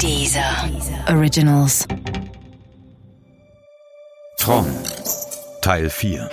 Deezer Originals. Tron, Teil 4.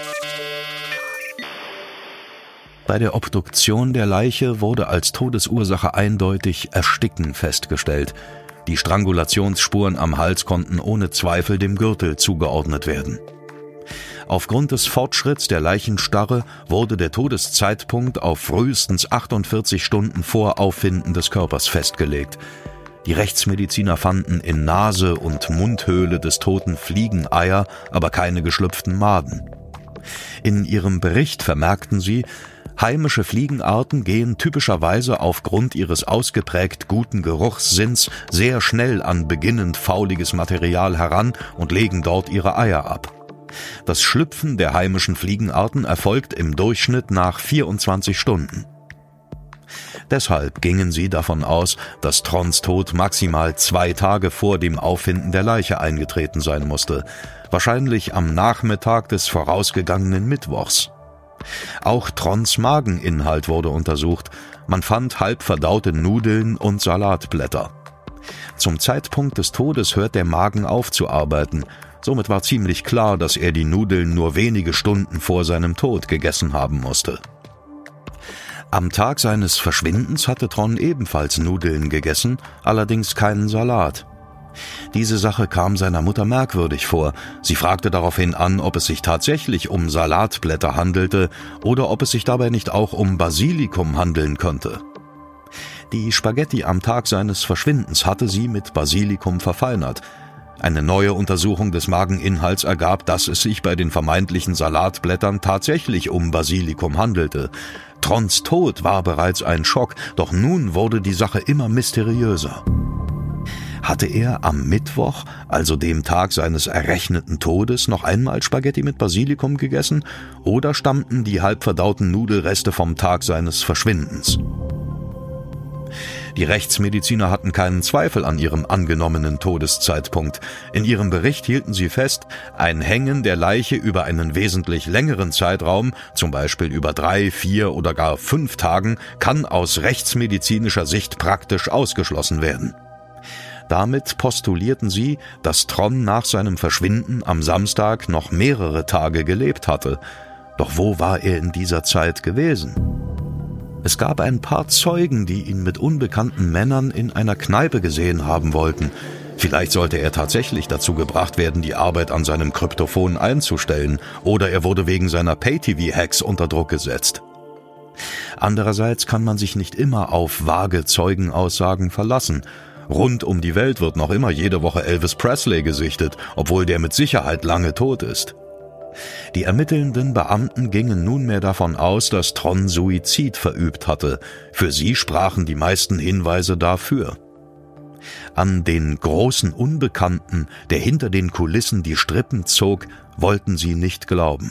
Bei der Obduktion der Leiche wurde als Todesursache eindeutig Ersticken festgestellt. Die Strangulationsspuren am Hals konnten ohne Zweifel dem Gürtel zugeordnet werden. Aufgrund des Fortschritts der Leichenstarre wurde der Todeszeitpunkt auf frühestens 48 Stunden vor Auffinden des Körpers festgelegt. Die Rechtsmediziner fanden in Nase und Mundhöhle des Toten Fliegeneier, aber keine geschlüpften Maden. In ihrem Bericht vermerkten sie, heimische Fliegenarten gehen typischerweise aufgrund ihres ausgeprägt guten Geruchssinns sehr schnell an beginnend fauliges Material heran und legen dort ihre Eier ab. Das Schlüpfen der heimischen Fliegenarten erfolgt im Durchschnitt nach 24 Stunden. Deshalb gingen sie davon aus, dass Trons Tod maximal 2 Tage vor dem Auffinden der Leiche eingetreten sein musste, wahrscheinlich am Nachmittag des vorausgegangenen Mittwochs. Auch Trons Mageninhalt wurde untersucht, man fand halb verdaute Nudeln und Salatblätter. Zum Zeitpunkt des Todes hört der Magen auf zu arbeiten, somit war ziemlich klar, dass er die Nudeln nur wenige Stunden vor seinem Tod gegessen haben musste. Am Tag seines Verschwindens hatte Tron ebenfalls Nudeln gegessen, allerdings keinen Salat. Diese Sache kam seiner Mutter merkwürdig vor. Sie fragte daraufhin an, ob es sich tatsächlich um Salatblätter handelte oder ob es sich dabei nicht auch um Basilikum handeln könnte. Die Spaghetti am Tag seines Verschwindens hatte sie mit Basilikum verfeinert. Eine neue Untersuchung des Mageninhalts ergab, dass es sich bei den vermeintlichen Salatblättern tatsächlich um Basilikum handelte. Trons Tod war bereits ein Schock, doch nun wurde die Sache immer mysteriöser. Hatte er am Mittwoch, also dem Tag seines errechneten Todes, noch einmal Spaghetti mit Basilikum gegessen, oder stammten die halbverdauten Nudelreste vom Tag seines Verschwindens? Die Rechtsmediziner hatten keinen Zweifel an ihrem angenommenen Todeszeitpunkt. In ihrem Bericht hielten sie fest, ein Hängen der Leiche über einen wesentlich längeren Zeitraum, zum Beispiel über 3, 4 oder gar 5 Tagen, kann aus rechtsmedizinischer Sicht praktisch ausgeschlossen werden. Damit postulierten sie, dass Tron nach seinem Verschwinden am Samstag noch mehrere Tage gelebt hatte. Doch wo war er in dieser Zeit gewesen? Es gab ein paar Zeugen, die ihn mit unbekannten Männern in einer Kneipe gesehen haben wollten. Vielleicht sollte er tatsächlich dazu gebracht werden, die Arbeit an seinem Kryptophon einzustellen, oder er wurde wegen seiner Pay-TV-Hacks unter Druck gesetzt. Andererseits kann man sich nicht immer auf vage Zeugenaussagen verlassen. Rund um die Welt wird noch immer jede Woche Elvis Presley gesichtet, obwohl der mit Sicherheit lange tot ist. Die ermittelnden Beamten gingen nunmehr davon aus, dass Tron Suizid verübt hatte. Für sie sprachen die meisten Hinweise dafür. An den großen Unbekannten, der hinter den Kulissen die Strippen zog, wollten sie nicht glauben.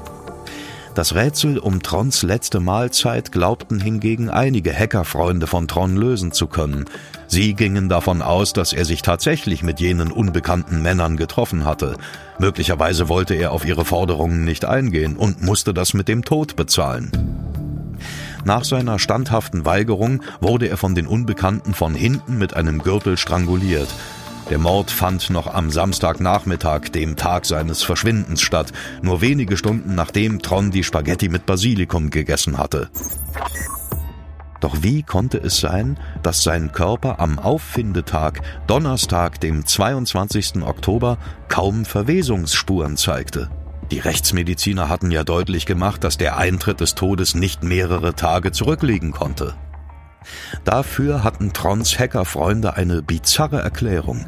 Das Rätsel um Trons letzte Mahlzeit glaubten hingegen einige Hackerfreunde von Tron lösen zu können. Sie gingen davon aus, dass er sich tatsächlich mit jenen unbekannten Männern getroffen hatte. Möglicherweise wollte er auf ihre Forderungen nicht eingehen und musste das mit dem Tod bezahlen. Nach seiner standhaften Weigerung wurde er von den Unbekannten von hinten mit einem Gürtel stranguliert. Der Mord fand noch am Samstagnachmittag, dem Tag seines Verschwindens, statt, nur wenige Stunden nachdem Tron die Spaghetti mit Basilikum gegessen hatte. Doch wie konnte es sein, dass sein Körper am Auffindetag, Donnerstag, dem 22. Oktober, kaum Verwesungsspuren zeigte? Die Rechtsmediziner hatten ja deutlich gemacht, dass der Eintritt des Todes nicht mehrere Tage zurückliegen konnte. Dafür hatten Trons Hackerfreunde eine bizarre Erklärung.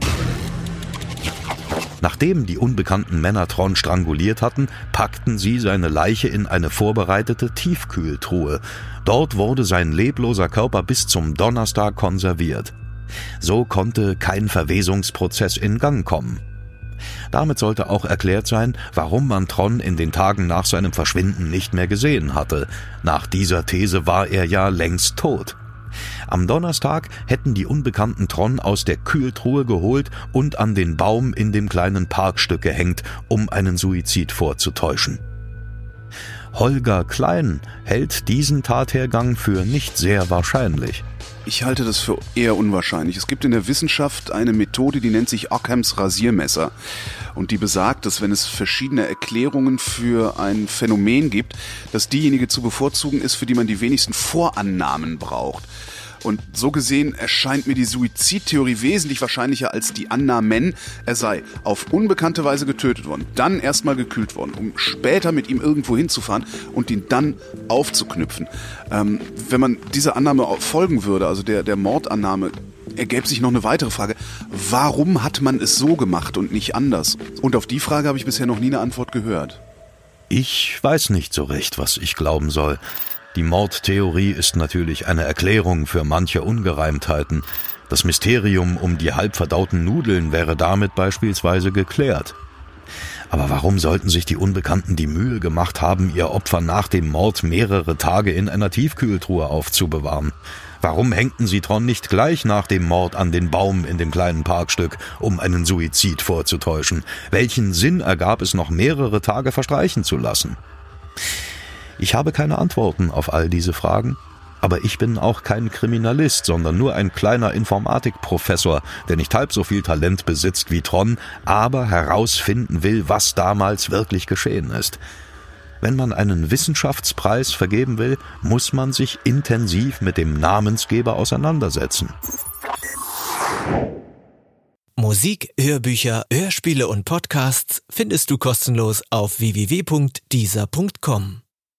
Nachdem die unbekannten Männer Tron stranguliert hatten, packten sie seine Leiche in eine vorbereitete Tiefkühltruhe. Dort wurde sein lebloser Körper bis zum Donnerstag konserviert. So konnte kein Verwesungsprozess in Gang kommen. Damit sollte auch erklärt sein, warum man Tron in den Tagen nach seinem Verschwinden nicht mehr gesehen hatte. Nach dieser These war er ja längst tot. Am Donnerstag hätten die Unbekannten Tron aus der Kühltruhe geholt und an den Baum in dem kleinen Parkstück gehängt, um einen Suizid vorzutäuschen. Holger Klein hält diesen Tathergang für nicht sehr wahrscheinlich. Ich halte das für eher unwahrscheinlich. Es gibt in der Wissenschaft eine Methode, die nennt sich Ockhams Rasiermesser. Und die besagt, dass wenn es verschiedene Erklärungen für ein Phänomen gibt, dass diejenige zu bevorzugen ist, für die man die wenigsten Vorannahmen braucht. Und so gesehen erscheint mir die Suizidtheorie wesentlich wahrscheinlicher als die Annahmen, er sei auf unbekannte Weise getötet worden, dann erstmal gekühlt worden, um später mit ihm irgendwo hinzufahren und ihn dann aufzuknüpfen. Wenn man dieser Annahme folgen würde, also der Mordannahme, ergäbe sich noch eine weitere Frage. Warum hat man es so gemacht und nicht anders? Und auf die Frage habe ich bisher noch nie eine Antwort gehört. Ich weiß nicht so recht, was ich glauben soll. Die Mordtheorie ist natürlich eine Erklärung für manche Ungereimtheiten. Das Mysterium um die halbverdauten Nudeln wäre damit beispielsweise geklärt. Aber warum sollten sich die Unbekannten die Mühe gemacht haben, ihr Opfer nach dem Mord mehrere Tage in einer Tiefkühltruhe aufzubewahren? Warum hängten sie Tron nicht gleich nach dem Mord an den Baum in dem kleinen Parkstück, um einen Suizid vorzutäuschen? Welchen Sinn ergab es noch, mehrere Tage verstreichen zu lassen? Ich habe keine Antworten auf all diese Fragen, aber ich bin auch kein Kriminalist, sondern nur ein kleiner Informatikprofessor, der nicht halb so viel Talent besitzt wie Tron, aber herausfinden will, was damals wirklich geschehen ist. Wenn man einen Wissenschaftspreis vergeben will, muss man sich intensiv mit dem Namensgeber auseinandersetzen. Musik, Hörbücher, Hörspiele und Podcasts findest du kostenlos auf www.deezer.com.